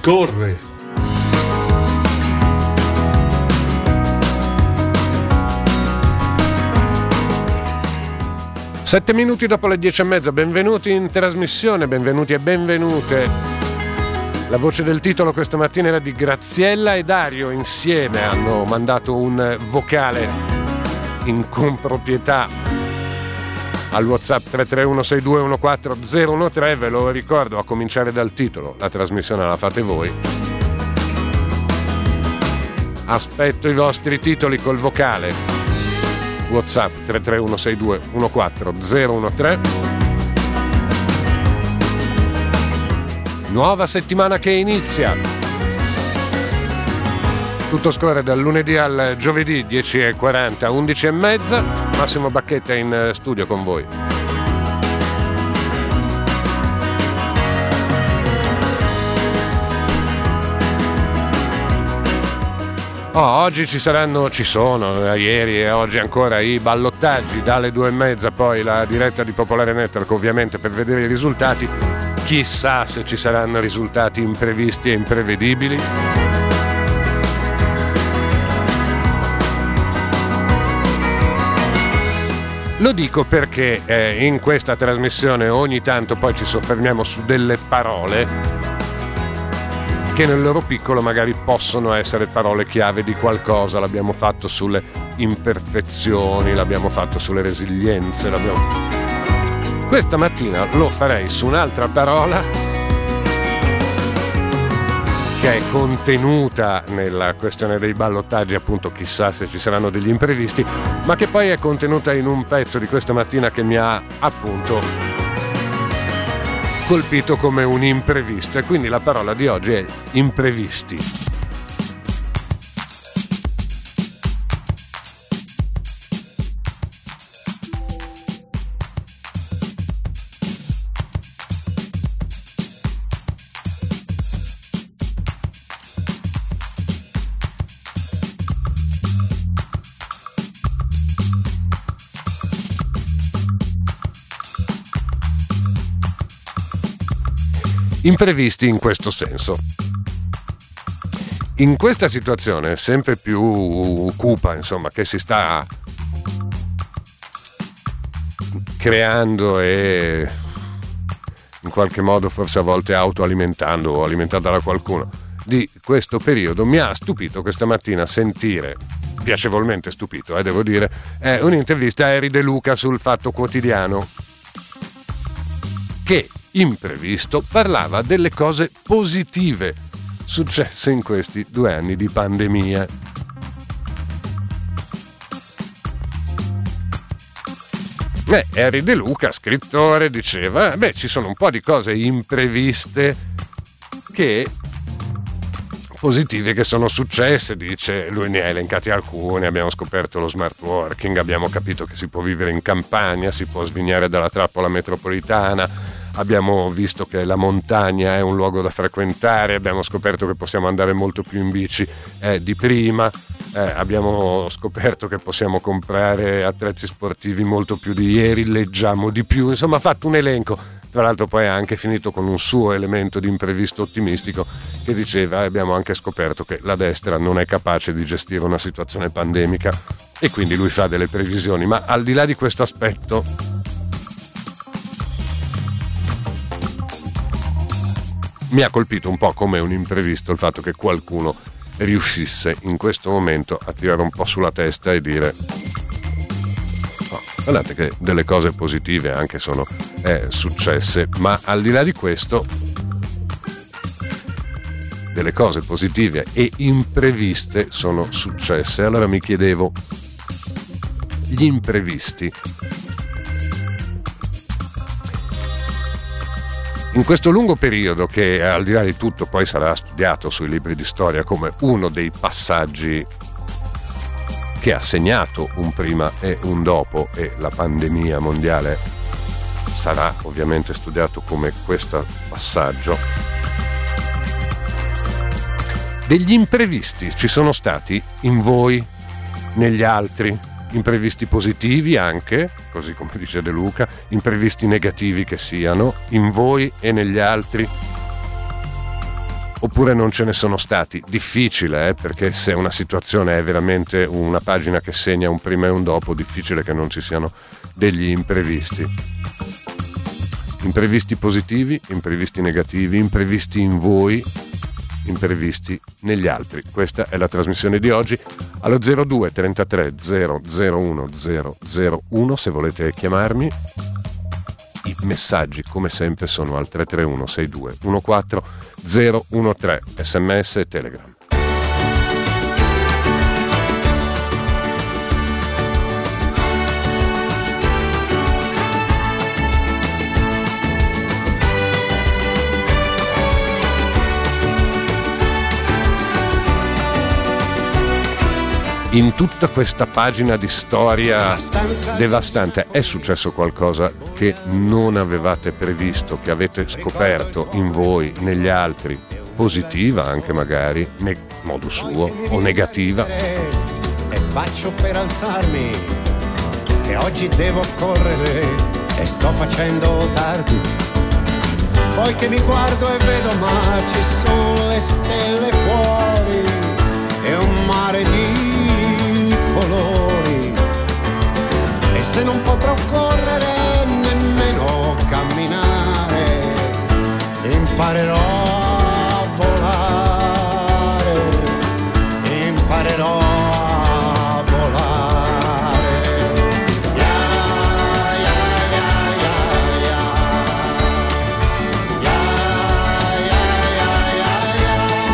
scorre. 7 minuti dopo le 10:30, benvenuti in trasmissione, benvenuti e benvenute. La voce del titolo questa mattina era di Graziella e Dario, insieme hanno mandato un vocale in comproprietà al WhatsApp 331-6214-013, ve lo ricordo, a cominciare dal titolo, la trasmissione la fate voi. Aspetto i vostri titoli col vocale. WhatsApp 331-6214-013. Nuova settimana che inizia. Tutto scorre dal lunedì al giovedì 10:40, 11:30. Massimo Bacchetta in studio con voi. Oggi ci sono, ieri e oggi ancora i ballottaggi dalle 2:30, poi la diretta di Popolare Network ovviamente per vedere i risultati. Chissà se ci saranno risultati imprevisti e imprevedibili. Lo dico perché in questa trasmissione ogni tanto poi ci soffermiamo su delle parole che nel loro piccolo magari possono essere parole chiave di qualcosa. L'abbiamo fatto sulle imperfezioni, l'abbiamo fatto sulle resilienze, Questa mattina lo farei su un'altra parola che è contenuta nella questione dei ballottaggi, appunto chissà se ci saranno degli imprevisti, ma che poi è contenuta in un pezzo di questa mattina che mi ha appunto colpito come un imprevisto, e quindi la parola di oggi è imprevisti. Imprevisti in questo senso. In questa situazione sempre più cupa, insomma, che si sta creando e in qualche modo forse a volte autoalimentando o alimentata da qualcuno, di questo periodo, mi ha stupito questa mattina sentire, piacevolmente stupito, devo dire, un'intervista a Eri De Luca sul Fatto Quotidiano, che imprevisto parlava delle cose positive successe in questi 2 anni di pandemia. Eri De Luca, scrittore, diceva ci sono un po' di cose impreviste positive che sono successe, dice, lui ne ha elencati alcune. Abbiamo scoperto lo smart working, abbiamo capito che si può vivere in campagna, si può svignare dalla trappola metropolitana, abbiamo visto che la montagna è un luogo da frequentare, abbiamo scoperto che possiamo andare molto più in bici di prima, abbiamo scoperto che possiamo comprare attrezzi sportivi molto più di ieri, leggiamo di più, insomma ha fatto un elenco. Tra l'altro poi ha anche finito con un suo elemento di imprevisto ottimistico che diceva: abbiamo anche scoperto che la destra non è capace di gestire una situazione pandemica, e quindi lui fa delle previsioni. Ma al di là di questo aspetto, mi ha colpito un po' come un imprevisto il fatto che qualcuno riuscisse in questo momento a tirare un po' sulla testa e dire: guardate che delle cose positive anche sono successe. Ma al di là di questo, delle cose positive e impreviste sono successe. Allora mi chiedevo, gli imprevisti in questo lungo periodo, che al di là di tutto poi sarà studiato sui libri di storia come uno dei passaggi che ha segnato un prima e un dopo, e la pandemia mondiale sarà ovviamente studiato come questo passaggio, degli imprevisti ci sono stati in voi, negli altri, imprevisti positivi anche, così come dice De Luca, imprevisti negativi che siano, in voi e negli altri. oppure non ce ne sono stati. Difficile, perché se una situazione è veramente una pagina che segna un prima e un dopo, difficile che non ci siano degli imprevisti. Imprevisti positivi, imprevisti negativi, imprevisti in voi, imprevisti negli altri. Questa è la trasmissione di oggi. Allo 02 33 001 001 se volete chiamarmi. I messaggi come sempre sono al 331 62 14 013, SMS e Telegram. In tutta questa pagina di storia devastante è successo qualcosa che non avevate previsto, che avete scoperto in voi, negli altri, positiva anche magari, modo suo, o negativa? E faccio per alzarmi, che oggi devo correre e sto facendo tardi. Poi che mi guardo e vedo, ma ci sono le stelle fuori e un mare di colori, e se non potrò correre nemmeno camminare, imparerò a volare, imparerò a volare. Ya, ya, ya, ya, ya. Ya, ya, ya, ya, ya.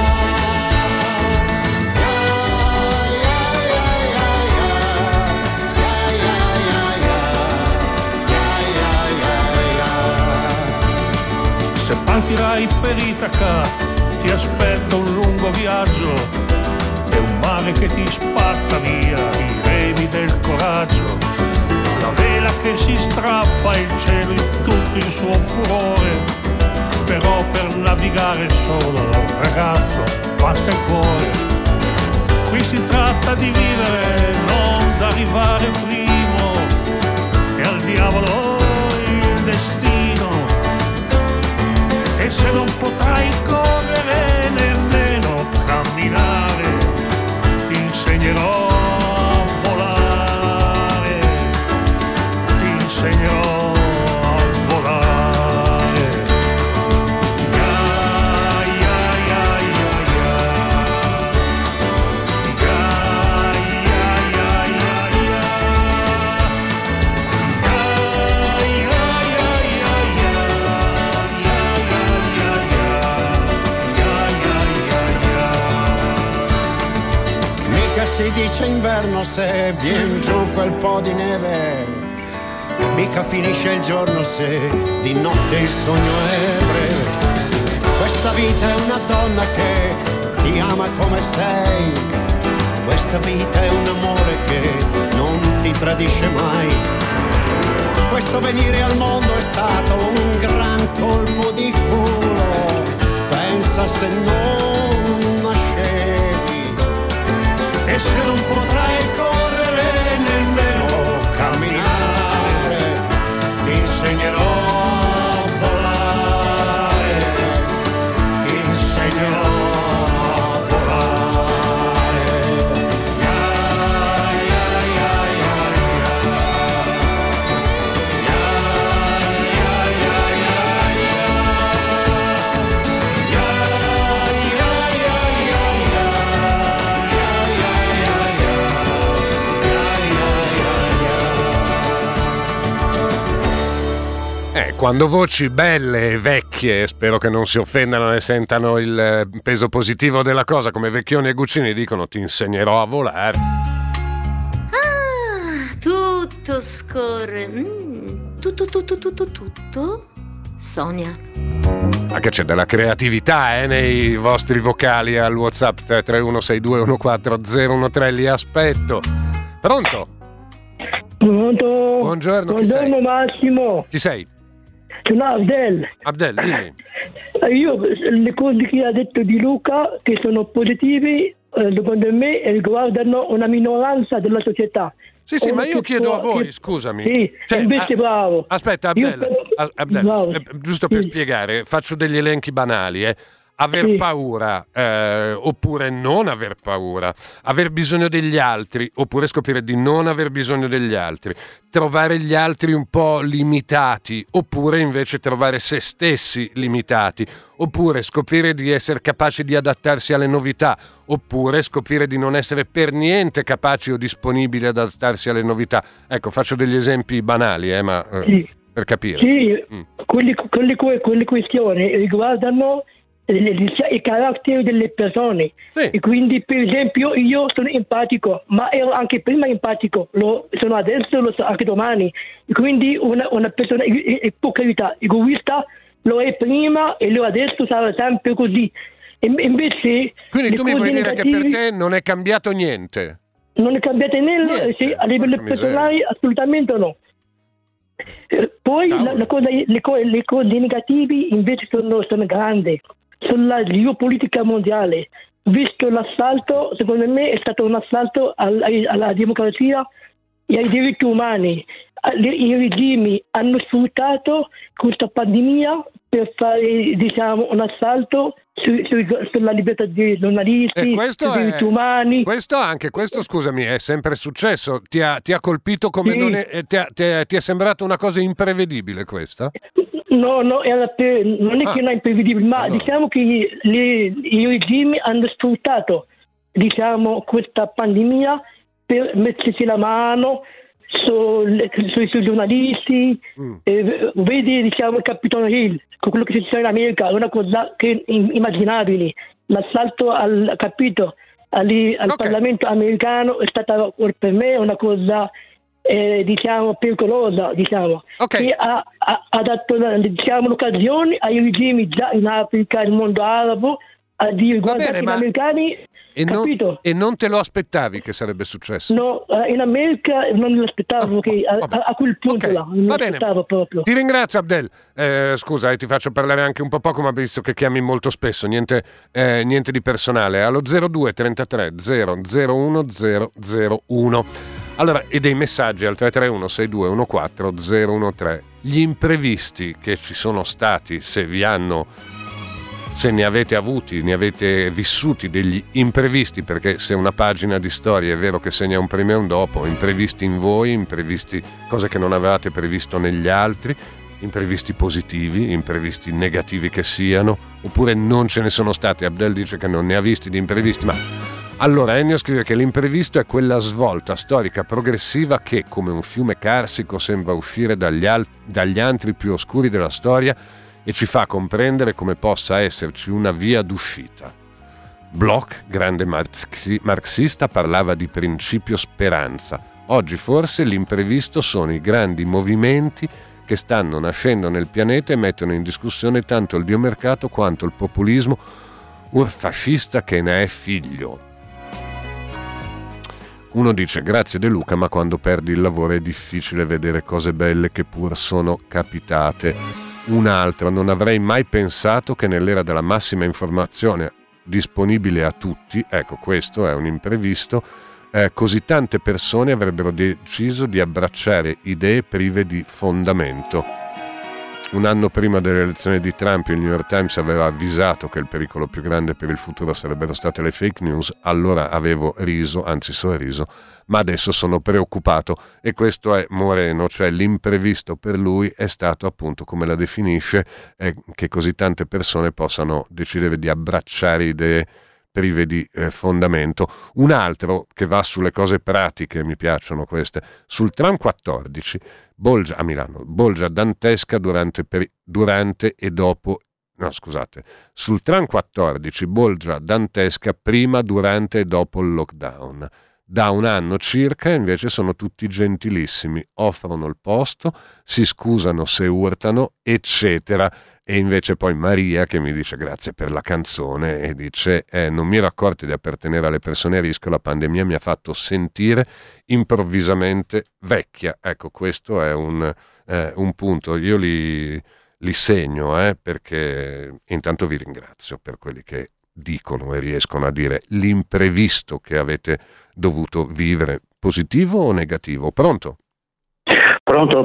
Se partirai per Itaca ti aspetta un lungo viaggio e un mare che ti spazza via i remi del coraggio, la vela che si strappa, il cielo in tutto il suo furore, però per navigare solo ragazzo basta il cuore. Qui si tratta di vivere, non d'arrivare primo, e al diavolo il destino. E se non potrai correre nemmeno camminare, ti insegnerò a volare, ti insegnerò a volare. Ya, ya, ya, ya, ya. Ya, ya, ya, ya, ya. Mica si dice inverno se vien giù quel po' di neve, mica finisce il giorno se di notte il sogno è breve. Questa vita è una donna che ti ama come sei, questa vita è un amore che non ti tradisce mai. Questo venire al mondo è stato un gran colpo di culo, pensa se non nascevi, e se non potrai correre nemmeno camminare, ti insegnerò a volare, ti insegnerò a volare. Ya, ya, ya, ya, ya. Ya, ya, ya, ya, ya. Ya, ya, ya, ya, ya. Quando voci belle e vecchie, spero che non si offendano e sentano il peso positivo della cosa, come Vecchioni e Guccini dicono ti insegnerò a volare. Ah, tutto scorre. Tutto? Sonia. Anche c'è della creatività nei vostri vocali al WhatsApp 33162141013, li aspetto. Pronto? Pronto? Buongiorno, chi sei? Buongiorno Massimo. Chi sei? Sono Abdel. Abdel, dimmi. Io le cose che ha detto di Luca che sono positive, secondo me riguardano una minoranza della società. Sì, ma io chiedo a voi, scusami. Sì, invece bravo. Aspetta, Abdel, giusto per spiegare, faccio degli elenchi banali. aver paura oppure non aver paura, aver bisogno degli altri oppure scoprire di non aver bisogno degli altri, trovare gli altri un po' limitati oppure invece trovare se stessi limitati, oppure scoprire di essere capaci di adattarsi alle novità, oppure scoprire di non essere per niente capaci o disponibili ad adattarsi alle novità. Ecco, faccio degli esempi banali, ma per capire. Sì, quelle questioni riguardano i caratteri delle persone. Sì. E quindi, per esempio, io sono empatico, ma ero anche prima empatico, lo sono adesso, lo so anche domani. E quindi una persona, per carità, egoista lo è prima e lo adesso sarà sempre così. E invece, quindi tu mi vuoi dire che per te non è cambiato niente? Non è cambiato niente. Sì, a livello personale assolutamente no. Poi le cose negative invece sono grandi. Sulla geopolitica mondiale, visto l'assalto, secondo me è stato un assalto alla democrazia e ai diritti umani. I regimi hanno sfruttato questa pandemia per fare, diciamo, un assalto sulla libertà dei giornalisti, sui diritti umani. Questo, scusami, è sempre successo. Ti ha colpito come sì. Ti è sembrato una cosa imprevedibile questa? No, non è che non è imprevedibile, ma diciamo che i regimi hanno sfruttato, diciamo, questa pandemia per metterci la mano sui giornalisti. Vedi, diciamo, il Capitol Hill, quello che succede in America, è una cosa che è immaginabile. L'assalto al Capitol, al Parlamento americano, è stata per me una cosa diciamo pericolosa, diciamo, che ha dato, diciamo, l'occasione ai regimi già in Africa, nel mondo arabo, a dire guardate, gli americani, capito? E non te lo aspettavi che sarebbe successo? No, in America non me l'aspettavo, che a quel punto là non me l'aspettavo proprio. Ti ringrazio, Abdel. Scusa, ti faccio parlare anche un po' poco, ma visto che chiami molto spesso, niente di personale. Allo 02 33 001 001. Allora, e dei messaggi al 331 6214 013. Gli imprevisti che ci sono stati, se ne avete avuti, ne avete vissuti degli imprevisti, perché se una pagina di storia è vero che segna un prima e un dopo, imprevisti in voi, imprevisti, cose che non avevate previsto negli altri, imprevisti positivi, imprevisti negativi che siano, oppure non ce ne sono stati. Abdel dice che non ne ha visti di imprevisti, ma allora Ennio scrive che l'imprevisto è quella svolta storica progressiva che, come un fiume carsico, sembra uscire dagli antri più oscuri della storia e ci fa comprendere come possa esserci una via d'uscita. Bloch, grande marxista, parlava di principio speranza. Oggi forse l'imprevisto sono i grandi movimenti che stanno nascendo nel pianeta e mettono in discussione tanto il biomercato quanto il populismo fascista che ne è figlio. Uno dice grazie De Luca, ma quando perdi il lavoro è difficile vedere cose belle che pur sono capitate. Un altro, non avrei mai pensato che nell'era della massima informazione disponibile a tutti, ecco questo è un imprevisto, così tante persone avrebbero deciso di abbracciare idee prive di fondamento. Un anno prima delle elezioni di Trump il New York Times aveva avvisato che il pericolo più grande per il futuro sarebbero state le fake news. Allora avevo riso, anzi sorriso, ma adesso sono preoccupato. E questo è Moreno, cioè l'imprevisto per lui è stato, appunto, come la definisce, che così tante persone possano decidere di abbracciare idee prive di fondamento. Un altro che va sulle cose pratiche, mi piacciono queste, sul tram 14 bolgia a Milano, bolgia dantesca durante e dopo, no scusate, sul tram 14 bolgia dantesca prima, durante e dopo il lockdown. Da un anno circa invece sono tutti gentilissimi, offrono il posto, si scusano se urtano, eccetera. E invece poi Maria che mi dice grazie per la canzone e dice non mi ero accorta di appartenere alle persone a rischio, la pandemia mi ha fatto sentire improvvisamente vecchia. Ecco, questo è un punto, io li segno perché intanto vi ringrazio per quelli che dicono e riescono a dire l'imprevisto che avete dovuto vivere, positivo o negativo. Pronto? Pronto?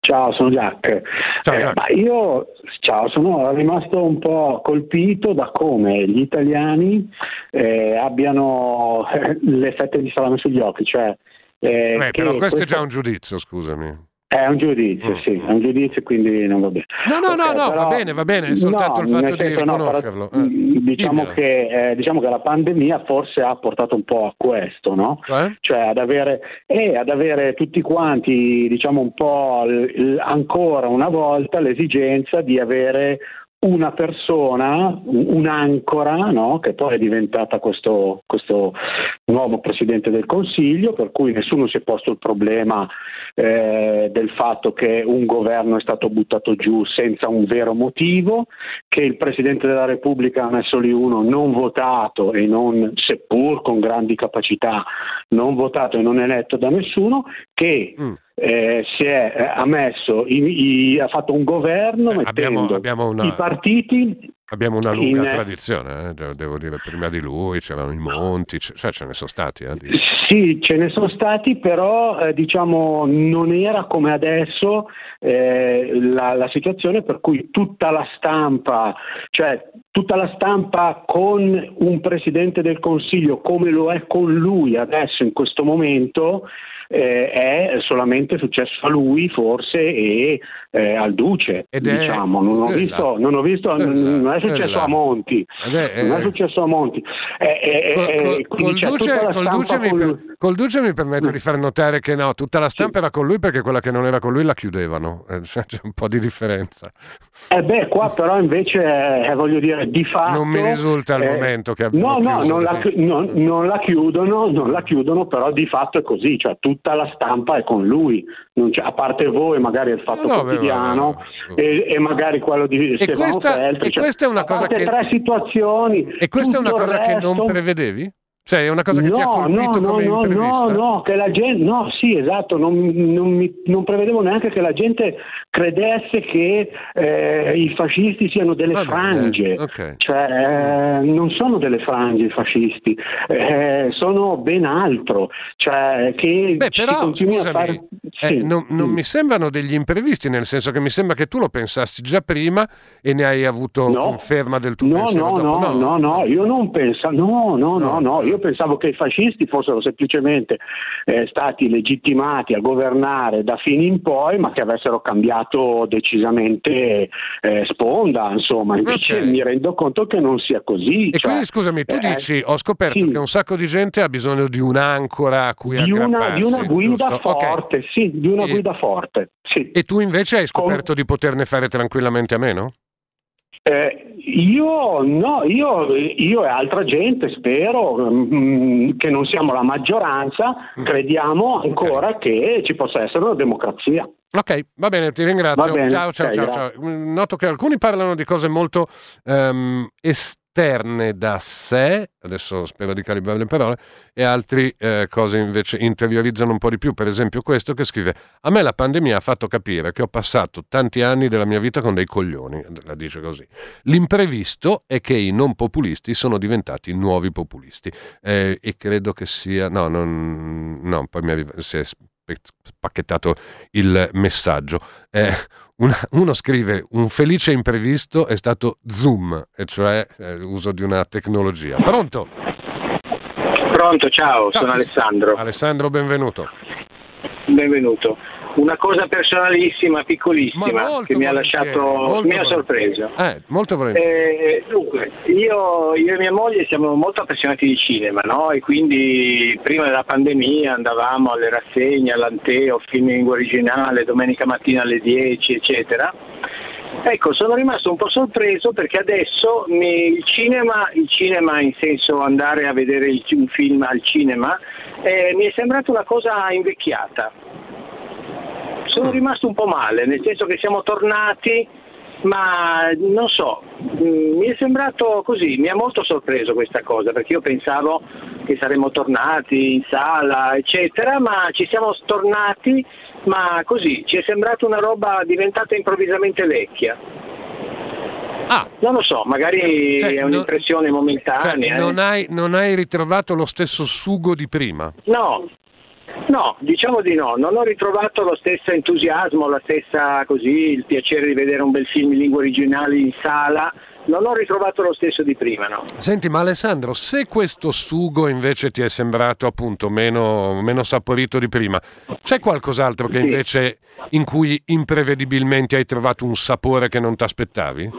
Ciao, sono Jack. Ciao, Jack. Io sono rimasto un po' colpito da come gli italiani abbiano le fette di salame sugli occhi, cioè però questo è già un giudizio, scusami. È un giudizio, sì, è un giudizio, quindi non va bene. No, però, va bene, è soltanto il fatto di riconoscerlo. Diciamo che la pandemia forse ha portato un po' a questo, no? Cioè ad avere tutti quanti, diciamo un po' ancora una volta l'esigenza di avere una persona, un'ancora, no? Che poi è diventata questo nuovo Presidente del Consiglio, per cui nessuno si è posto il problema del fatto che un governo è stato buttato giù senza un vero motivo, che il Presidente della Repubblica ha messo lì uno non votato e non, seppur con grandi capacità, non votato e non eletto da nessuno, che ha fatto un governo mettendo i partiti. Abbiamo una lunga tradizione, devo dire, prima di lui c'erano i Monti, cioè ce ne sono stati. Sì, ce ne sono stati, però diciamo non era come adesso la situazione per cui tutta la stampa con un Presidente del Consiglio come lo è con lui adesso in questo momento, è solamente successo a lui forse e al Duce, diciamo. Non è successo a Monti, non è successo a Monti. Col Duce mi permetto di far notare che no, tutta la stampa era con lui, perché quella che non era con lui la chiudevano, c'è un po' di differenza. Qua però invece voglio dire, di fatto non mi risulta al momento che non la chiudono, però di fatto è così, cioè tutta la stampa è con lui, a parte voi magari il Fatto Quotidiano e magari quello di Stefano Feltri, questa è una cosa che tre situazioni, e questa è una cosa che non prevedevi? Cioè è una cosa che ti ha colpito come imprevista? No, che la gente, sì, esatto, non prevedevo neanche che la gente credesse che i fascisti siano delle frange, cioè non sono delle frange i fascisti, sono ben altro, cioè che però scusami, non mi sembrano degli imprevisti, nel senso che mi sembra che tu lo pensassi già prima e ne hai avuto conferma del tuo pensiero dopo. No, io non pensavo, io pensavo che i fascisti fossero semplicemente stati legittimati a governare da fine in poi, ma che avessero cambiato decisamente sponda, insomma. Invece mi rendo conto che non sia così. E quindi scusami, tu dici, ho scoperto che un sacco di gente ha bisogno di un'ancora a cui aggrapparsi. Di una guida forte, di una guida forte. Sì. E tu invece hai scoperto di poterne fare tranquillamente a meno? Io e altra gente spero che non siamo la maggioranza, crediamo ancora che ci possa essere una democrazia. Ok, va bene, ti ringrazio. Ciao. Noto che alcuni parlano di cose molto esterne da sé, adesso spero di calibrare le parole, e altri cose invece interiorizzano un po' di più. Per esempio questo che scrive: a me la pandemia ha fatto capire che ho passato tanti anni della mia vita con dei coglioni, la dice così. L'imprevisto è che i non populisti sono diventati nuovi populisti, e credo che sia poi si è spacchettato il messaggio. Uno scrive: un felice imprevisto è stato Zoom, e cioè l'uso di una tecnologia. Pronto, ciao, sono Alessandro. Alessandro, benvenuto. Una cosa personalissima, piccolissima, che mi ha lasciato, mi ha sorpreso. Molto volentieri. Dunque, io e mia moglie siamo molto appassionati di cinema, no? E quindi prima della pandemia andavamo alle rassegne, all'Anteo, film in lingua originale, domenica mattina alle 10, eccetera. Ecco, sono rimasto un po' sorpreso perché adesso il cinema in senso andare a vedere un film al cinema, mi è sembrata una cosa invecchiata. Sono rimasto un po' male, nel senso che siamo tornati, ma non so, mi è sembrato così, mi ha molto sorpreso questa cosa, perché io pensavo che saremmo tornati in sala, eccetera, ma ci siamo tornati, ma così, ci è sembrata una roba diventata improvvisamente vecchia. Non lo so, magari è un'impressione momentanea. Non hai ritrovato lo stesso sugo di prima? No. No, diciamo di no, non ho ritrovato lo stesso entusiasmo, la stessa così, il piacere di vedere un bel film in lingua originale in sala. Non ho ritrovato lo stesso di prima, no. Senti, ma Alessandro, se questo sugo invece ti è sembrato appunto meno saporito di prima, c'è qualcos'altro che invece in cui imprevedibilmente hai trovato un sapore che non ti aspettavi?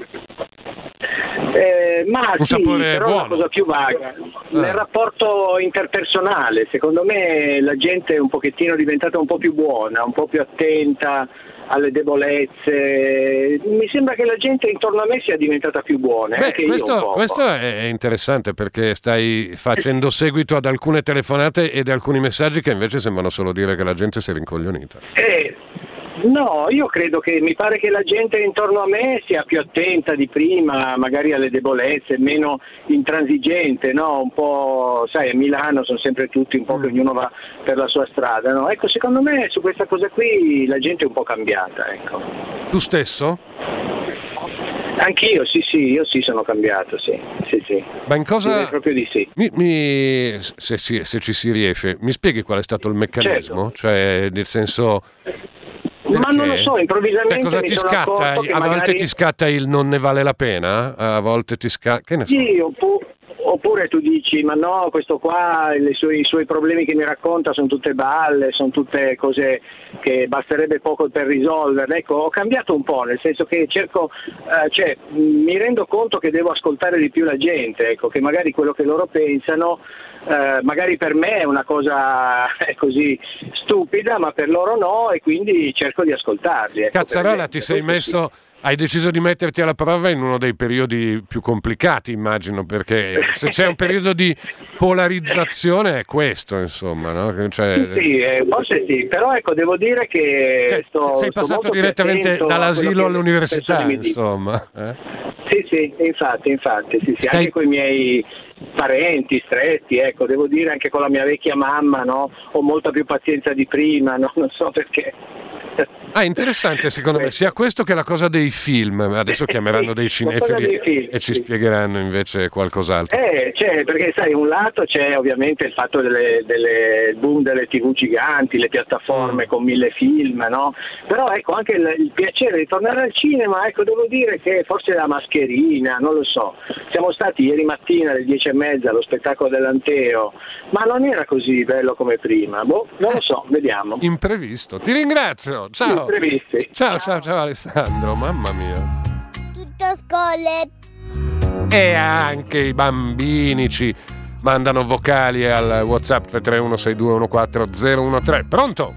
Ma un sì, sapore però buono. Una cosa più vaga. Nel rapporto interpersonale, secondo me la gente è un pochettino diventata un po' più buona, un po' più attenta alle debolezze. Mi sembra che la gente intorno a me sia diventata più buona. Anche questo è interessante, perché stai facendo seguito ad alcune telefonate e ad alcuni messaggi che invece sembrano solo dire che la gente si è rincoglionita. No, io credo che mi pare che la gente intorno a me sia più attenta di prima, magari alle debolezze, meno intransigente, no? Un po', sai, a Milano sono sempre tutti un po' che ognuno va per la sua strada, no? Ecco, secondo me su questa cosa qui la gente è un po' cambiata, ecco. Tu stesso? Anch'io, sì, io sì sono cambiato, sì. Ma in cosa? Direi proprio di sì. Se ci si riesce, mi spieghi qual è stato il meccanismo? Certo. Cioè, nel senso... Ma non lo so, improvvisamente cosa ti scatta? A volte ti scatta il non ne vale la pena? A volte ti scatta... Che ne so? Sì, oppure tu dici, ma no, questo qua, i suoi problemi che mi racconta sono tutte balle, sono tutte cose che basterebbe poco per risolverle. Ecco, ho cambiato un po', nel senso che mi rendo conto che devo ascoltare di più la gente, ecco, che magari quello che loro pensano magari per me è una cosa così stupida, ma per loro no, e quindi cerco di ascoltarli. Ecco, Cazzarola, ti sei messo... Hai deciso di metterti alla prova in uno dei periodi più complicati, immagino, perché se c'è un periodo di polarizzazione è questo, insomma, no? Cioè... Sì, forse sì, però ecco, devo dire che sei passato direttamente dall'asilo all'università, insomma. Sì, infatti, sì, anche con i miei parenti stretti, ecco, devo dire anche con la mia vecchia mamma, no? Ho molta più pazienza di prima, no? Non so perché. Interessante secondo me sia questo che la cosa dei film. Adesso chiameranno dei cinefili e ci spiegheranno invece qualcos'altro. Perché sai, un lato c'è ovviamente il fatto delle boom delle TV giganti, le piattaforme con 1000 film, no? Però ecco anche il piacere di tornare al cinema, ecco, devo dire che forse la mascherina, non lo so. Siamo stati ieri mattina alle 10:30 allo spettacolo dell'Anteo, ma non era così bello come prima. Non lo so, vediamo. Imprevisto. Ti ringrazio. Ciao. Imprevisti. Ciao Alessandro, mamma mia. Tutto scolle. E anche i bambini ci mandano vocali al WhatsApp 33162141013. Pronto?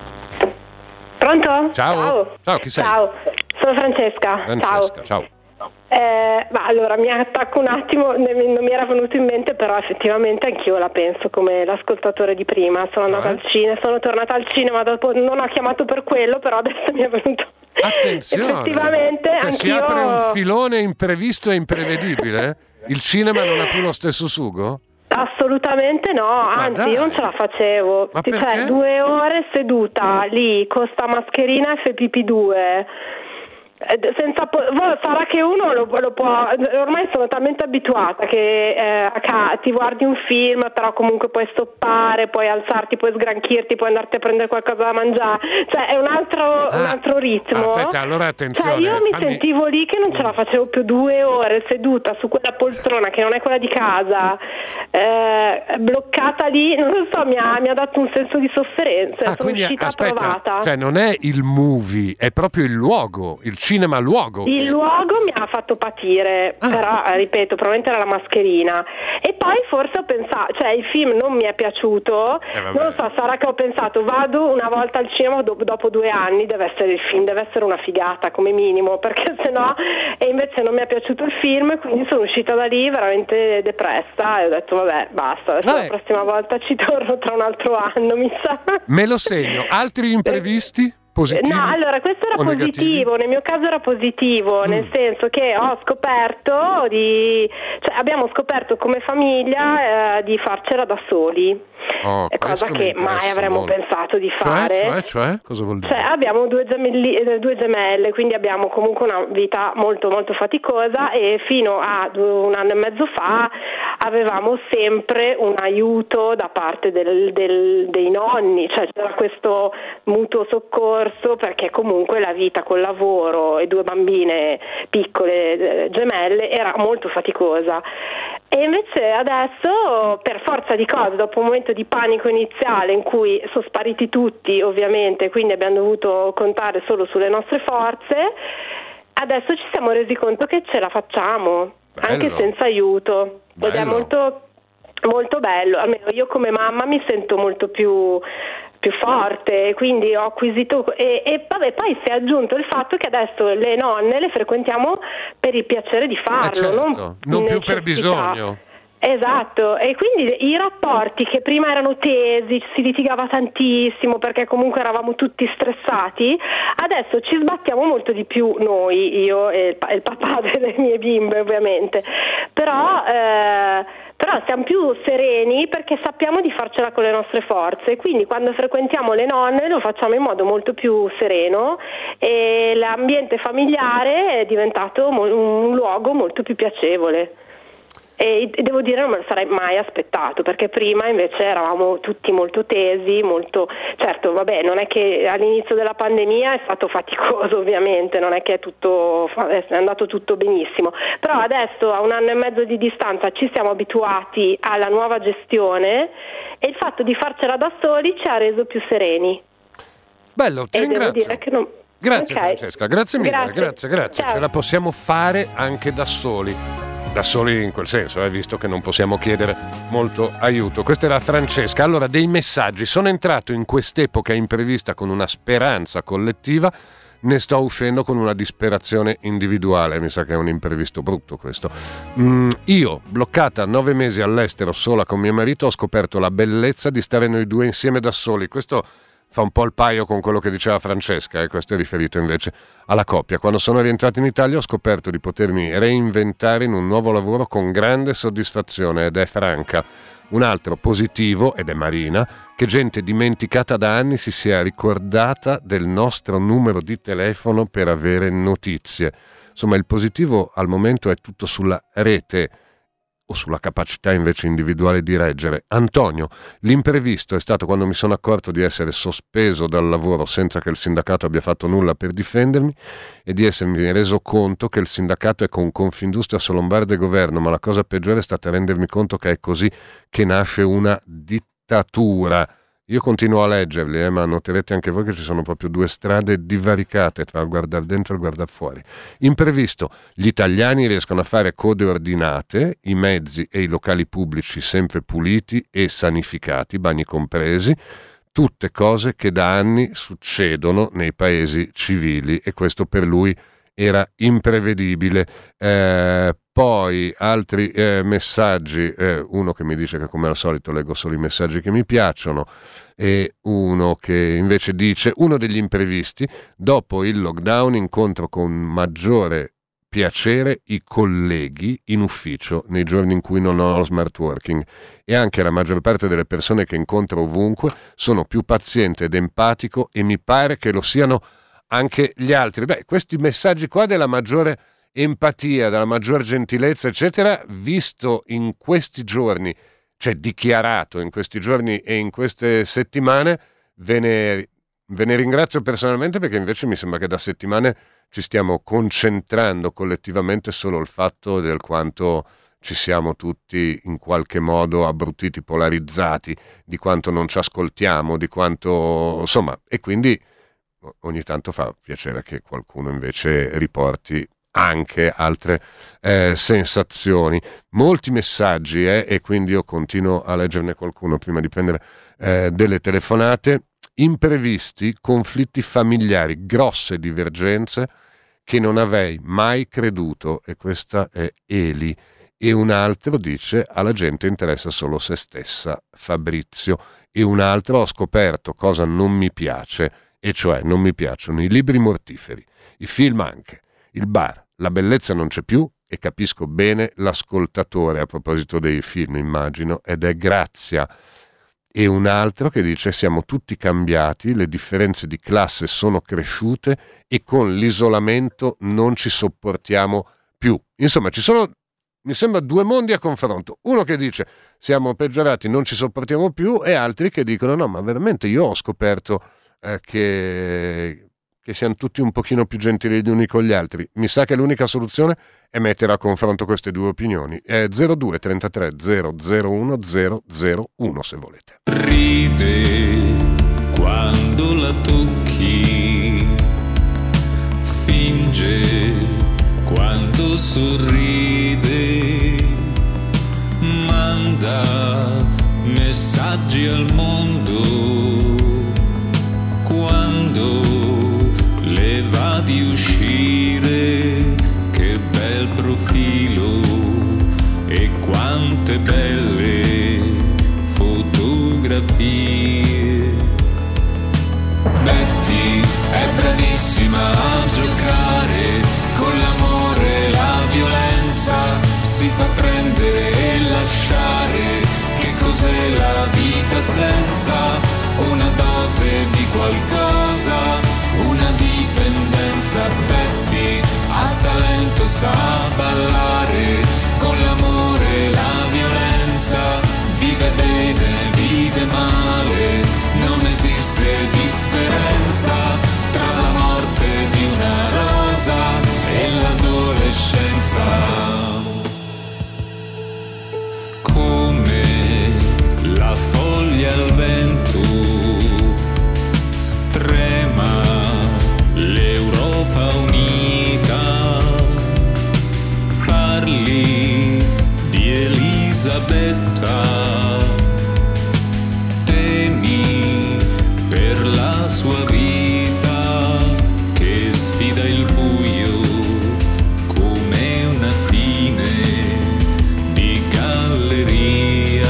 Pronto? Ciao, chi sei? Ciao, sono Francesca. Ciao. Ma allora mi attacco un attimo, non mi era venuto in mente, però effettivamente anch'io la penso come l'ascoltatore di prima. Sono andata al cinema, sono tornata al cinema, dopo non ho chiamato per quello, però adesso mi è venuto. Attenzione, effettivamente anch'io... si apre un filone imprevisto e imprevedibile? Il cinema non ha più lo stesso sugo? Assolutamente no, anzi io non ce la facevo. Cioè 2 ore seduta lì con sta mascherina FFP2 sarà che uno lo può, ormai sono talmente abituata che ti guardi un film, però comunque puoi stoppare, puoi alzarti, puoi sgranchirti, puoi andarti a prendere qualcosa da mangiare, cioè è un altro ritmo. Aspetta, allora attenzione, cioè io mi sentivo lì che non ce la facevo più, 2 ore seduta su quella poltrona che non è quella di casa, bloccata lì, non lo so, mi ha dato un senso di sofferenza. Sono uscita provata. Cioè non è il movie, è proprio il luogo, il cinema luogo. Il luogo mi ha fatto patire, però ripeto, probabilmente era la mascherina. E poi forse ho pensato, cioè il film non mi è piaciuto, non lo so, sarà che ho pensato vado una volta al cinema dopo 2 anni, deve essere il film, deve essere una figata come minimo, perché sennò, e invece non mi è piaciuto il film, quindi sono uscita da lì veramente depressa e ho detto vabbè basta, adesso la prossima volta ci torno tra un altro anno, mi sa. Me lo segno. Altri imprevisti? Positivi? No, allora questo era positivo, nel mio caso era positivo, nel senso che ho scoperto abbiamo scoperto come famiglia di farcela da soli. cosa che mai avremmo pensato di fare. Cioè? Cosa vuol dire? Abbiamo due gemelle, quindi abbiamo comunque una vita molto molto faticosa, e fino a 1 anno e mezzo fa avevamo sempre un aiuto da parte dei nonni, cioè c'era questo mutuo soccorso, perché comunque la vita col lavoro e 2 bambine piccole gemelle era molto faticosa. E invece adesso, per forza di cose, dopo un momento di panico iniziale in cui sono spariti tutti ovviamente, quindi abbiamo dovuto contare solo sulle nostre forze, adesso ci siamo resi conto che ce la facciamo. Bello. Anche senza aiuto. Bello. Ed è molto, molto bello. Almeno io come mamma mi sento molto più forte, quindi ho acquisito e poi si è aggiunto il fatto che adesso le nonne le frequentiamo per il piacere di farlo, certo, non più per bisogno. Esatto, e quindi i rapporti che prima erano tesi, si litigava tantissimo perché comunque eravamo tutti stressati, adesso ci sbattiamo molto di più noi, io e il papà delle mie bimbe ovviamente, però siamo più sereni perché sappiamo di farcela con le nostre forze, quindi quando frequentiamo le nonne lo facciamo in modo molto più sereno e l'ambiente familiare è diventato un luogo molto più piacevole. E devo dire, non me lo sarei mai aspettato, perché prima invece eravamo tutti molto tesi, certo, vabbè, non è che all'inizio della pandemia è stato faticoso ovviamente, non è che è andato tutto benissimo, però adesso a 1 anno e mezzo di distanza ci siamo abituati alla nuova gestione e il fatto di farcela da soli ci ha reso più sereni. Bello, ti ringrazio. Devo dire che non... Grazie, okay. Francesca, grazie mille, grazie. Ciao. Ce la possiamo fare anche da soli in quel senso, visto che non possiamo chiedere molto aiuto. Questa era Francesca. Allora, dei messaggi. Sono entrato in quest'epoca imprevista con una speranza collettiva, ne sto uscendo con una disperazione individuale. Mi sa che è un imprevisto brutto questo. Io, bloccata 9 mesi all'estero sola con mio marito, ho scoperto la bellezza di stare noi due insieme da soli. Questo fa un po' il paio con quello che diceva Francesca, e questo è riferito invece alla coppia. Quando sono rientrato in Italia ho scoperto di potermi reinventare in un nuovo lavoro con grande soddisfazione, ed è Franca. Un altro positivo, ed è Marina, che gente dimenticata da anni si sia ricordata del nostro numero di telefono per avere notizie. Insomma, il positivo al momento è tutto sulla rete, o sulla capacità invece individuale di reggere. Antonio, l'imprevisto è stato quando mi sono accorto di essere sospeso dal lavoro senza che il sindacato abbia fatto nulla per difendermi e di essermi reso conto che il sindacato è con Confindustria Lombarda e governo, ma la cosa peggiore è stata rendermi conto che è così che nasce una dittatura. Io continuo a leggerli, ma noterete anche voi che ci sono proprio 2 strade divaricate tra il guardare dentro e il guardare fuori. Imprevisto, gli italiani riescono a fare code ordinate, i mezzi e i locali pubblici sempre puliti e sanificati, bagni compresi, tutte cose che da anni succedono nei paesi civili, e questo per lui era imprevedibile. Poi altri messaggi, uno che mi dice che come al solito leggo solo i messaggi che mi piacciono, e uno che invece dice: uno degli imprevisti, dopo il lockdown incontro con maggiore piacere i colleghi in ufficio nei giorni in cui non ho lo smart working, e anche la maggior parte delle persone che incontro ovunque sono più paziente ed empatico, e mi pare che lo siano anche gli altri. Questi messaggi qua della maggiore empatia, della maggior gentilezza eccetera, visto in questi giorni, cioè dichiarato in questi giorni e in queste settimane, ve ne ringrazio personalmente, perché invece mi sembra che da settimane ci stiamo concentrando collettivamente solo il fatto del quanto ci siamo tutti in qualche modo abbruttiti, polarizzati, di quanto non ci ascoltiamo, di quanto insomma, e quindi ogni tanto fa piacere che qualcuno invece riporti anche altre sensazioni. Molti messaggi e quindi io continuo a leggerne qualcuno prima di prendere delle telefonate. Imprevisti, conflitti familiari, grosse divergenze che non avrei mai creduto, e questa è Eli. E un altro dice: alla gente interessa solo se stessa, Fabrizio. E un altro: ho scoperto cosa non mi piace, e cioè non mi piacciono i libri mortiferi, i film anche, il bar, la bellezza non c'è più, e capisco bene l'ascoltatore a proposito dei film, immagino, ed è Grazia. e un altro che dice siamo tutti cambiati, le differenze di classe sono cresciute e con l'isolamento non ci sopportiamo più. Insomma, ci sono, mi sembra, due mondi a confronto. Uno che dice siamo peggiorati, non ci sopportiamo più, e altri che dicono no, ma veramente io ho scoperto che siamo tutti un pochino più gentili gli uni con gli altri. Mi sa che l'unica soluzione è mettere a confronto queste due opinioni. È 02 33 001 001 se volete. Ride quando la tocchi, finge quando sorride, manda messaggi al mondo quando le va di uscire. Che bel profilo e quante belle fotografie. Betty è bravissima a giocare con l'amore e la violenza, si fa prendere e lasciare. Che cos'è la vita senza una dose di qualcosa, una dipendenza? Betty ha talento, sa ballare con l'amore e la violenza, vive bene, vive male, non esiste differenza tra la morte di una rosa e l'adolescenza. Come la foglia al vento trema l'Europa unita, parli di Elisabetta, temi per la sua vita che sfida il buio come una fine di galleria.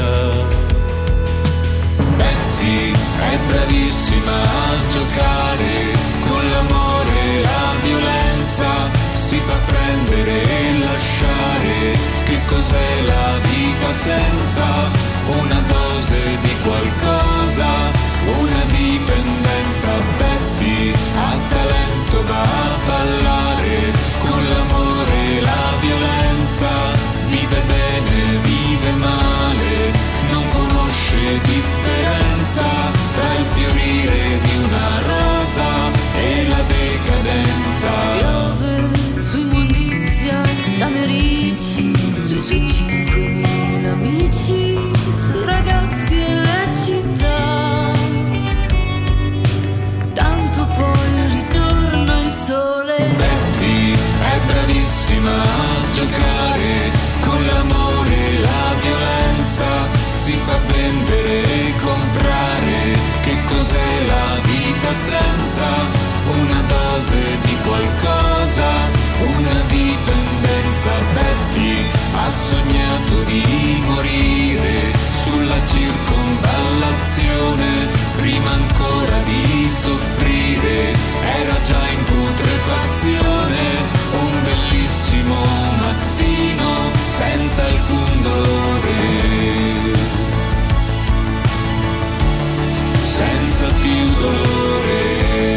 Betty è bravissima a giocare con l'amore e la violenza, si fa prendere e lasciare. Che cos'è la vita senza una dose di qualcosa, una dipendenza? Betty ha talento, va a ballare con l'amore e la violenza, vive bene, vive male, non conosce differenza tra il fiorire di una rosa e la decadenza. Piove su immondizia da Merici, sui suoi 5.000 amici, sui ragazzi e le città. Tanto poi ritorna il sole. Betty è bravissima a giocare con l'amore e la violenza, si fa vendere e comprare. Che cos'è la vita senza una dose di qualcosa, una dipendenza? Betty ha sognato di morire sulla circonvallazione, prima ancora di soffrire, era già in putrefazione. Un bellissimo mattino senza alcun dolore, senza più dolore.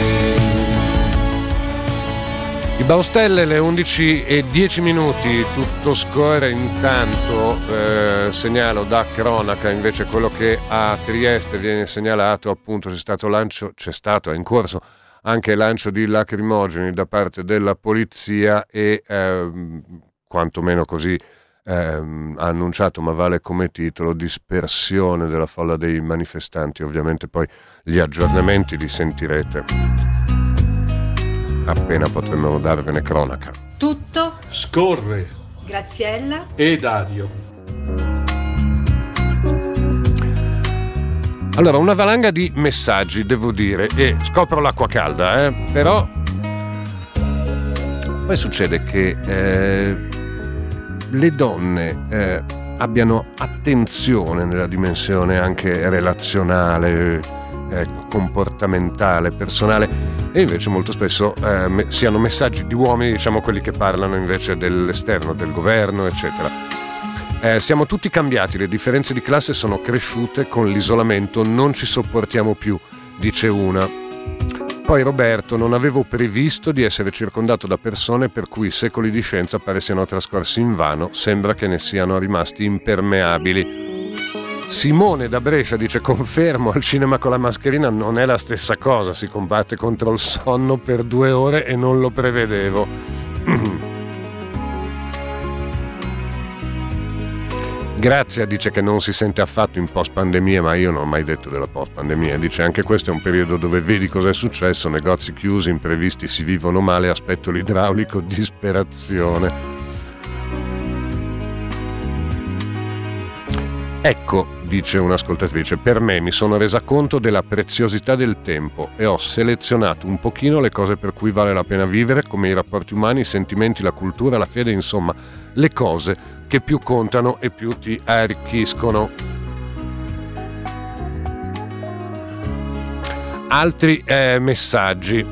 I Baustelle, le 11:10, tutto scorre. Intanto segnalo da cronaca invece quello che a Trieste viene segnalato, appunto è in corso anche il lancio di lacrimogeni da parte della polizia e quantomeno così ha annunciato, ma vale come titolo, dispersione della folla dei manifestanti. Ovviamente poi gli aggiornamenti li sentirete appena potremo darvene cronaca. Tutto scorre. Graziella e Dario. Allora, una valanga di messaggi, devo dire, e scopro l'acqua calda, però poi succede che le donne abbiano attenzione nella dimensione anche relazionale, comportamentale, personale, e invece molto spesso siano messaggi di uomini, diciamo quelli che parlano invece dell'esterno, del governo, eccetera. Siamo tutti cambiati, le differenze di classe sono cresciute con l'isolamento, non ci sopportiamo più, dice una. Poi Roberto: non avevo previsto di essere circondato da persone per cui i secoli di scienza pare siano trascorsi invano, sembra che ne siano rimasti impermeabili. Simone da Brescia dice: confermo, al cinema con la mascherina non è la stessa cosa, si combatte contro il sonno per 2 ore e non lo prevedevo. Grazia dice che non si sente affatto in post pandemia, ma io non ho mai detto della post pandemia. Dice: anche questo è un periodo dove vedi cosa è successo, negozi chiusi, imprevisti, si vivono male, aspetto l'idraulico, disperazione. Ecco, dice un'ascoltatrice, per me mi sono resa conto della preziosità del tempo e ho selezionato un pochino le cose per cui vale la pena vivere, come i rapporti umani, i sentimenti, la cultura, la fede, insomma, le cose che più contano e più ti arricchiscono. Altri messaggi.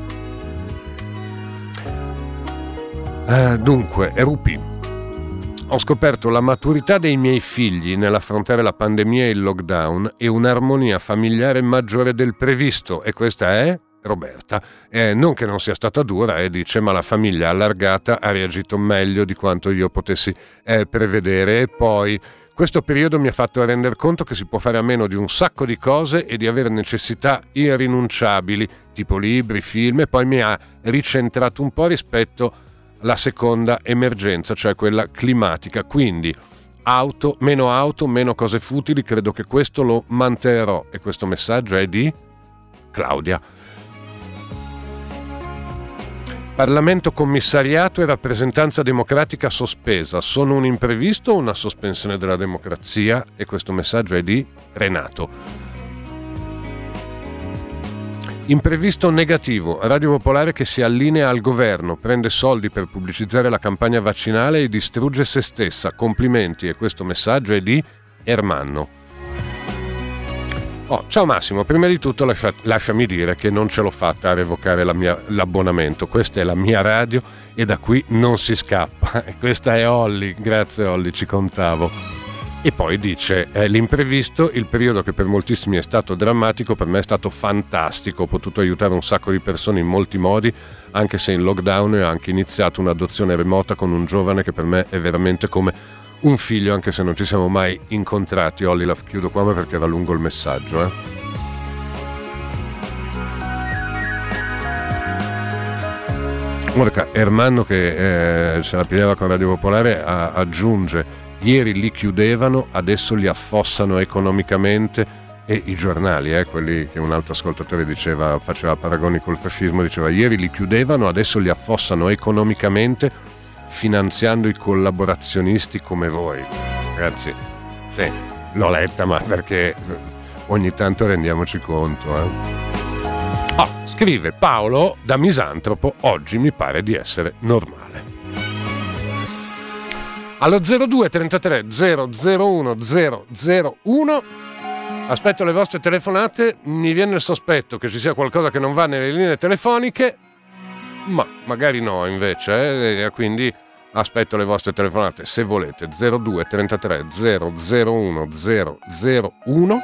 Dunque, Rupi: ho scoperto la maturità dei miei figli nell'affrontare la pandemia e il lockdown e un'armonia familiare maggiore del previsto, e questa è Roberta. Non che non sia stata dura, dice, ma la famiglia allargata ha reagito meglio di quanto io potessi prevedere. E poi: questo periodo mi ha fatto rendere conto che si può fare a meno di un sacco di cose e di avere necessità irrinunciabili, tipo libri, film, e poi mi ha ricentrato un po' rispetto alla seconda emergenza, cioè quella climatica. Quindi meno cose futili, credo che questo lo manterrò. E questo messaggio è di Claudia. Parlamento commissariato e rappresentanza democratica sospesa. Sono un imprevisto o una sospensione della democrazia? E questo messaggio è di Renato. Imprevisto negativo. Radio Popolare che si allinea al governo, prende soldi per pubblicizzare la campagna vaccinale e distrugge se stessa. Complimenti. E questo messaggio è di Ermanno. Ciao Massimo, prima di tutto lasciami dire che non ce l'ho fatta a revocare l'abbonamento. Questa è la mia radio e da qui non si scappa. E questa è Olli, grazie Olli, ci contavo. E poi dice: l'imprevisto, il periodo che per moltissimi è stato drammatico, per me è stato fantastico, ho potuto aiutare un sacco di persone in molti modi, anche se in lockdown ho anche iniziato un'adozione remota con un giovane che per me è veramente come un figlio, anche se non ci siamo mai incontrati. Olli, la chiudo qua perché era lungo il messaggio. Guarda, Ermanno che se la pigliava con Radio Popolare aggiunge: ieri li chiudevano, adesso li affossano economicamente. E i giornali, quelli che un altro ascoltatore diceva, faceva paragoni col fascismo, diceva: ieri li chiudevano, adesso li affossano economicamente, finanziando i collaborazionisti come voi. Ragazzi, sì, l'ho letta, ma perché ogni tanto rendiamoci conto. Scrive Paolo da Misantropo: oggi mi pare di essere normale. Allo 02 33 001 001 aspetto le vostre telefonate. Mi viene il sospetto che ci sia qualcosa che non va nelle linee telefoniche, ma magari no invece, quindi aspetto le vostre telefonate se volete. 02 33 001 001.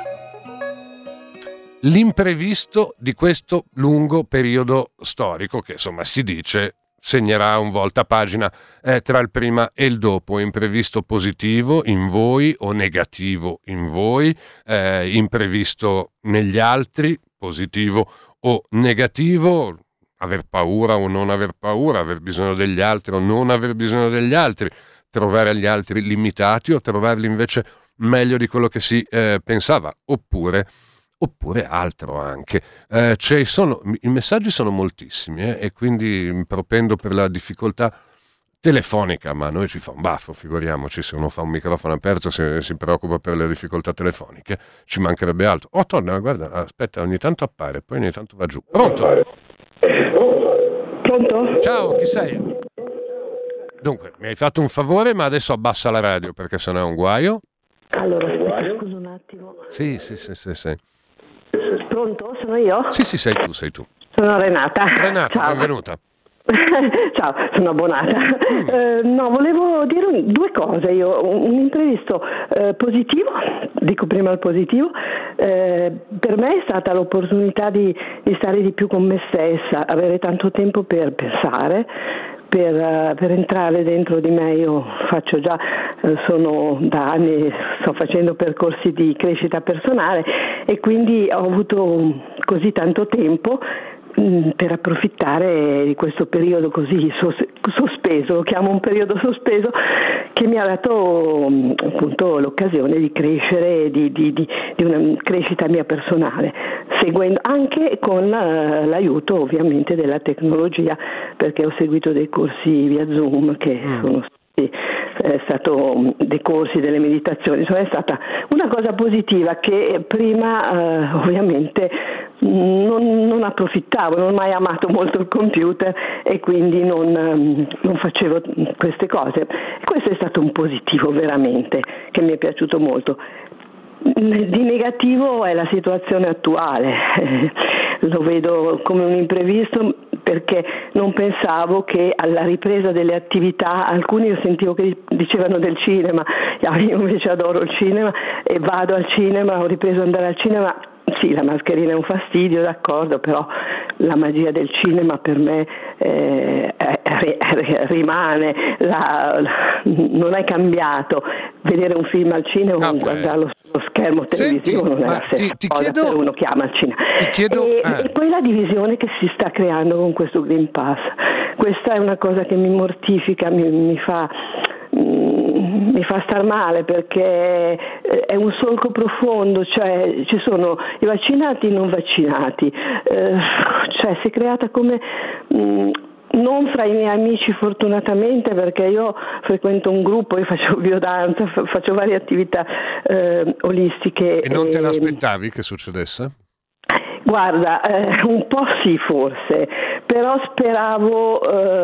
L'imprevisto di questo lungo periodo storico che, insomma, si dice segnerà un voltapagina tra il prima e il dopo. Imprevisto positivo in voi o negativo in voi, imprevisto negli altri, positivo o negativo, aver paura o non aver paura, aver bisogno degli altri o non aver bisogno degli altri, trovare gli altri limitati o trovarli invece meglio di quello che si pensava, oppure altro anche. I messaggi sono moltissimi e quindi propendo per la difficoltà telefonica, ma a noi ci fa un baffo, figuriamoci se uno fa un microfono aperto, se si preoccupa per le difficoltà telefoniche, ci mancherebbe altro. Torna, guarda, aspetta, ogni tanto appare, poi ogni tanto va giù. Pronto? Pronto? Ciao, chi sei? Dunque, mi hai fatto un favore, ma adesso abbassa la radio perché sennò è un guaio. Allora, scusa un attimo. Sì. Pronto? Sono io? Sì, sei tu. Sono Renata. Renata, ciao. Benvenuta. Ciao, sono abbonata. No, volevo dire due cose. Io un imprevisto positivo, dico prima il positivo, per me è stata l'opportunità di stare di più con me stessa, avere tanto tempo per pensare, per entrare dentro di me. Io faccio già, sono da anni, sto facendo percorsi di crescita personale e quindi ho avuto così tanto tempo per approfittare di questo periodo così sospeso, lo chiamo un periodo sospeso, che mi ha dato appunto l'occasione di crescere, di una crescita mia personale, seguendo anche con l'aiuto ovviamente della tecnologia, perché ho seguito dei corsi via Zoom che sono stato dei corsi, delle meditazioni. Insomma, è stata una cosa positiva che prima ovviamente non approfittavo, non ho mai amato molto il computer e quindi non facevo queste cose. Questo è stato un positivo veramente che mi è piaciuto molto. Di negativo è la situazione attuale, lo vedo come un imprevisto perché non pensavo che alla ripresa delle attività, alcuni io sentivo che dicevano del cinema, io invece adoro il cinema e vado al cinema, ho ripreso ad andare al cinema. Sì, la mascherina è un fastidio, d'accordo, però la magia del cinema per me rimane, non è cambiato. Vedere un film al cinema o guardarlo sullo schermo televisivo non è la stessa cosa per uno che ama il cinema. E poi la divisione che si sta creando con questo Green Pass, questa è una cosa che mi mortifica, mi fa star male, perché è un solco profondo, cioè ci sono i vaccinati e i non vaccinati, cioè si è creata come non fra i miei amici fortunatamente, perché io frequento un gruppo, io faccio biodanza, faccio varie attività olistiche. E non te l'aspettavi che succedesse? Guarda, un po' sì forse, però speravo.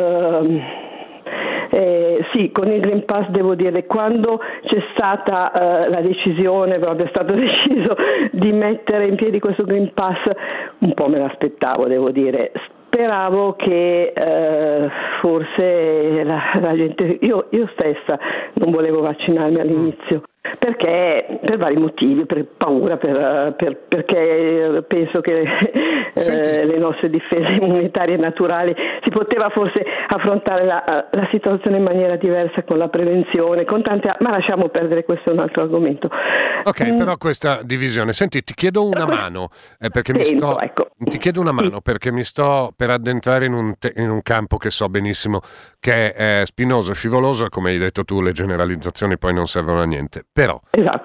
Sì, con il Green Pass devo dire, quando c'è stata la decisione, proprio è stato deciso di mettere in piedi questo Green Pass, un po' me l'aspettavo, devo dire. Speravo che forse la gente, io stessa non volevo vaccinarmi all'inizio, perché per vari motivi, per paura, perché penso che le nostre difese immunitarie naturali si poteva forse affrontare la situazione in maniera diversa con la prevenzione, con tante, ma lasciamo perdere, questo è un altro argomento. Ok, però questa divisione, senti, ti chiedo una mano, perché ti chiedo una mano perché mi sto per addentrare in un campo che so benissimo che è spinoso, scivoloso, e come hai detto tu le generalizzazioni poi non servono a niente. Però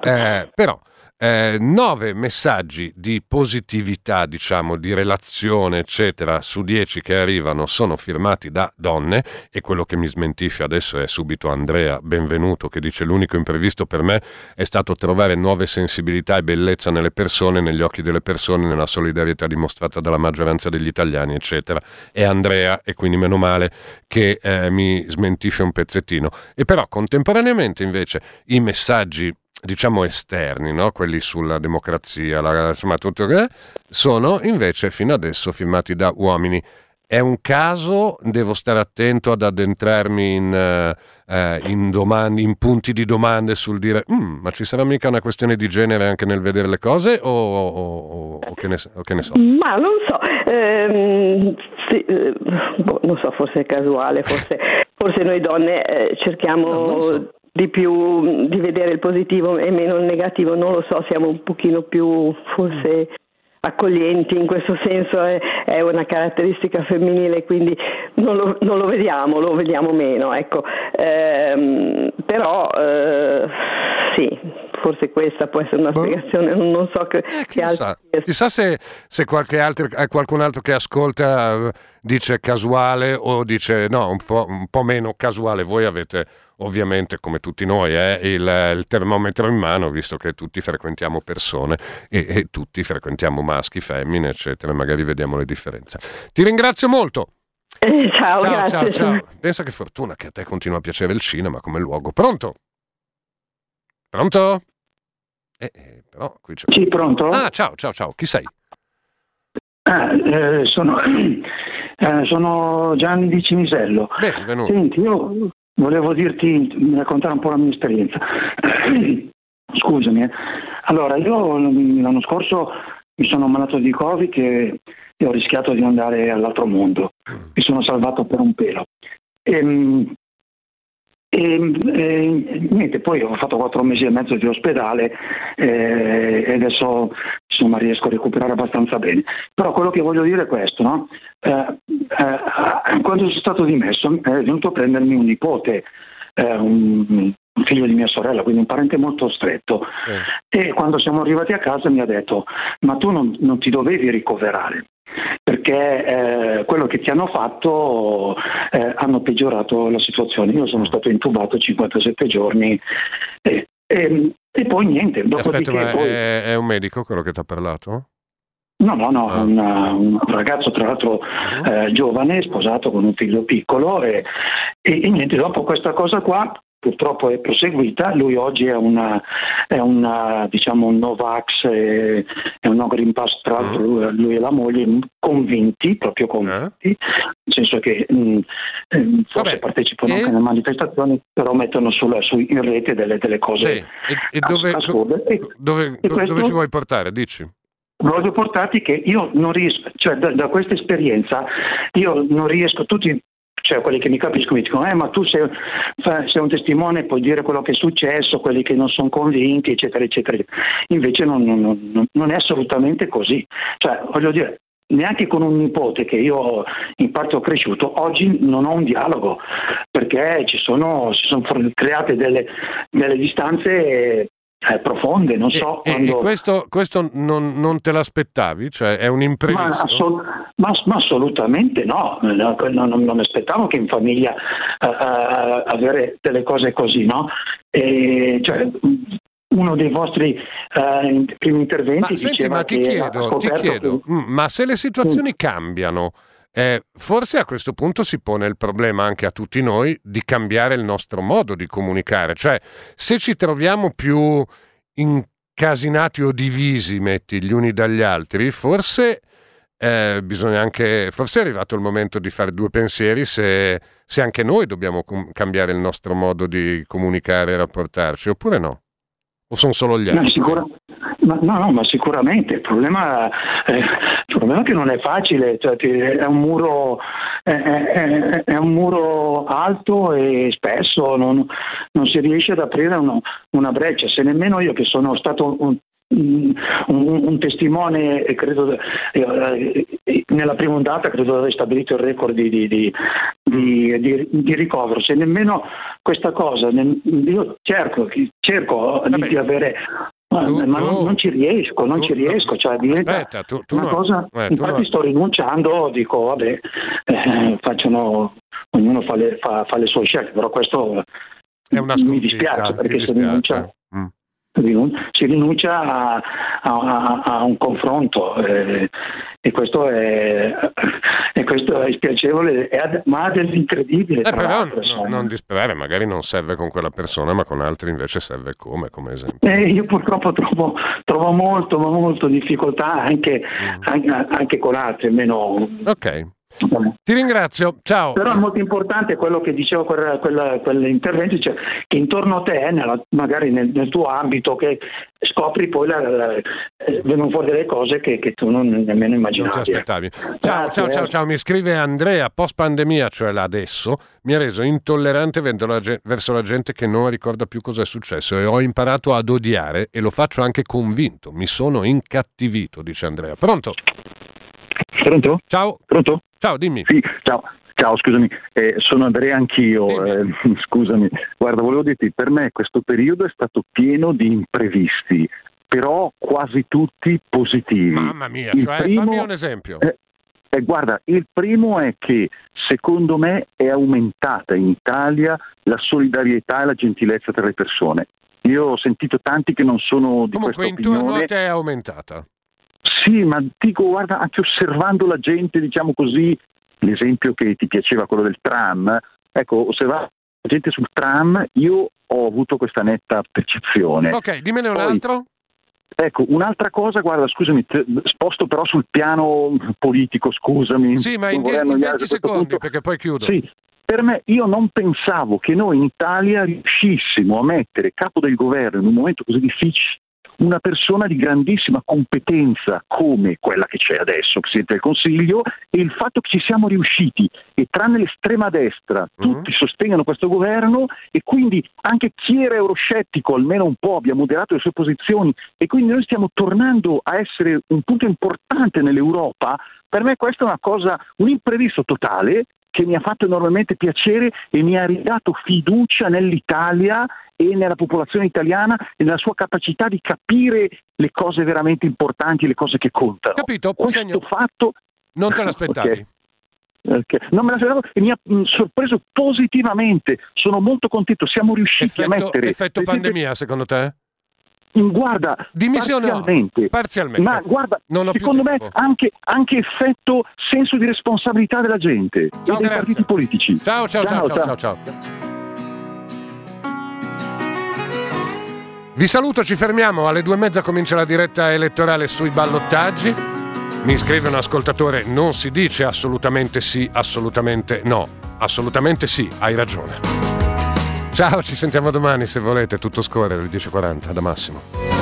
9 messaggi di positività, diciamo, di relazione, eccetera, su 10 che arrivano sono firmati da donne, e quello che mi smentisce adesso è subito Andrea, benvenuto, che dice: l'unico imprevisto per me è stato trovare nuove sensibilità e bellezza nelle persone, negli occhi delle persone, nella solidarietà dimostrata dalla maggioranza degli italiani, eccetera. E Andrea, e quindi meno male che mi smentisce un pezzettino. E però contemporaneamente invece i messaggi, diciamo, esterni, no? Quelli sulla democrazia, insomma tutto che sono invece fino adesso firmati da uomini. È un caso? Devo stare attento ad addentrarmi in domande, in punti di domande sul dire ma ci sarà mica una questione di genere anche nel vedere le cose o che ne so? Ma non so, non so, forse è casuale, forse noi donne cerchiamo di più di vedere il positivo e meno il negativo, non lo so, siamo un pochino più forse accoglienti in questo senso, è una caratteristica femminile, quindi non lo vediamo, lo vediamo meno, ecco. Però sì, forse questa può essere una spiegazione, non so che chissà se qualcun altro che ascolta dice casuale o dice no, un po' meno casuale. Voi avete ovviamente, come tutti noi, il termometro in mano, visto che tutti frequentiamo persone e tutti frequentiamo maschi, femmine, eccetera, magari vediamo le differenze. Ti ringrazio molto. Ciao, grazie. Ciao. Pensa che fortuna che a te continua a piacere il cinema come luogo. Pronto? Però qui c'è... Sì, pronto? Ciao, chi sei? Sono Gianni di Cinisello. Benvenuto. Senti, io volevo raccontare un po' la mia esperienza. Scusami. Allora, io l'anno scorso mi sono ammalato di Covid e ho rischiato di andare all'altro mondo. Mi sono salvato per un pelo. Niente, poi ho fatto 4 mesi e mezzo di ospedale e adesso insomma riesco a recuperare abbastanza bene. Però quello che voglio dire è questo, no? Quando sono stato dimesso è venuto a prendermi un nipote, un figlio di mia sorella, quindi un parente molto stretto, e quando siamo arrivati a casa mi ha detto: ma tu non ti dovevi ricoverare, perché quello che ti hanno fatto hanno peggiorato la situazione. Io sono stato intubato 57 giorni e poi niente. Aspetta, ma è un medico quello che ti ha parlato? No, un ragazzo tra l'altro giovane, sposato con un figlio piccolo e niente, dopo questa cosa qua purtroppo è proseguita. Lui oggi è diciamo un Novax, è un no Green Pass, tra l'altro lui e la moglie proprio convinti, nel senso che forse partecipano anche alle manifestazioni, però mettono in rete delle cose. Dove ci vuoi portare? Dici. Voglio portarti che io non riesco, cioè da questa esperienza io non riesco, tutti, cioè quelli che mi capiscono mi dicono ma tu sei un testimone, puoi dire quello che è successo, quelli che non sono convinti, eccetera, eccetera. Invece non è assolutamente così. Cioè, voglio dire, neanche con un nipote che io in parte ho cresciuto, oggi non ho un dialogo, perché si sono create delle distanze profonde, non so. E questo non te l'aspettavi? Cioè è un imprevisto? Ma assolutamente no, non mi aspettavo che in famiglia avere delle cose così, no? Cioè, uno dei vostri primi interventi diceva ti chiedo, ma se le situazioni cambiano, forse a questo punto si pone il problema anche a tutti noi di cambiare il nostro modo di comunicare. Cioè, se ci troviamo più incasinati o divisi, gli uni dagli altri, forse bisogna anche, forse è arrivato il momento di fare due pensieri se anche noi dobbiamo cambiare il nostro modo di comunicare e rapportarci, oppure no? O sono solo gli altri? Ma sicuramente il problema è che non è facile, cioè, è un muro alto e spesso non si riesce ad aprire una breccia. Se nemmeno io, che sono stato un testimone, credo nella prima ondata, credo di aver stabilito il record di ricovero, se nemmeno questa cosa io cerco di avere, ma non ci riesco, cioè diventa una cosa. Infatti sto rinunciando, dico vabbè, ognuno fa le sue scelte, però questo è una mi dispiace, perché si rinuncia a un confronto e questo è spiacevole, ma ha dell'incredibile. Però non disperare, magari non serve con quella persona, ma con altri invece serve come esempio. Io purtroppo trovo molto difficoltà anche con altri, almeno. Ok. Ti ringrazio, ciao. Però è molto importante quello che dicevo, quell'intervento, cioè che intorno a te, magari nel tuo ambito, che scopri poi vengono fuori delle cose che tu non nemmeno immaginavi. Non ti aspettavi. Ciao, mi scrive Andrea: post pandemia, cioè adesso, mi ha reso intollerante verso la gente che non ricorda più cosa è successo e ho imparato ad odiare, e lo faccio anche convinto, mi sono incattivito, dice Andrea. Pronto? Ciao. Pronto? Ciao, dimmi. Sì, ciao, scusami, sono Andrea anch'io, scusami. Guarda, volevo dirti, per me questo periodo è stato pieno di imprevisti, però quasi tutti positivi. Mamma mia, fammi un esempio. Guarda, il primo è che secondo me è aumentata in Italia la solidarietà e la gentilezza tra le persone. Io ho sentito tanti che non sono di questa opinione. Comunque intorno a te è aumentata. Sì, ma dico, guarda, anche osservando la gente, diciamo così, l'esempio che ti piaceva, quello del tram, ecco, osservando la gente sul tram, io ho avuto questa netta percezione. Ok, dimmene un altro. Ecco, un'altra cosa, guarda, scusami, sposto però sul piano politico, scusami. Sì, ma in 20 secondi, perché poi chiudo. Sì, per me, io non pensavo che noi in Italia riuscissimo a mettere capo del governo in un momento così difficile una persona di grandissima competenza come quella che c'è adesso, Presidente del Consiglio, e il fatto che ci siamo riusciti, e tranne l'estrema destra tutti sostengono questo governo, e quindi anche chi era euroscettico almeno un po' abbia moderato le sue posizioni, e quindi noi stiamo tornando a essere un punto importante nell'Europa. Per me questa è una cosa, un imprevisto totale che mi ha fatto enormemente piacere e mi ha ridato fiducia nell'Italia e nella popolazione italiana e nella sua capacità di capire le cose veramente importanti, le cose che contano. Capito? Questo fatto non te l'aspettavi. Okay. Non me l'aspettavo e mi ha sorpreso positivamente. Sono molto contento. Siamo riusciti a mettere effetto pandemia, secondo te? Guarda, parzialmente. Ma guarda, non secondo me anche effetto senso di responsabilità della gente e dei partiti politici. Ciao. Vi saluto, ci fermiamo, alle 2:30 comincia la diretta elettorale sui ballottaggi. Mi scrive un ascoltatore: non si dice assolutamente sì, assolutamente no, assolutamente sì, hai ragione. Ciao, ci sentiamo domani se volete, tutto scorre alle 10:40 da Massimo.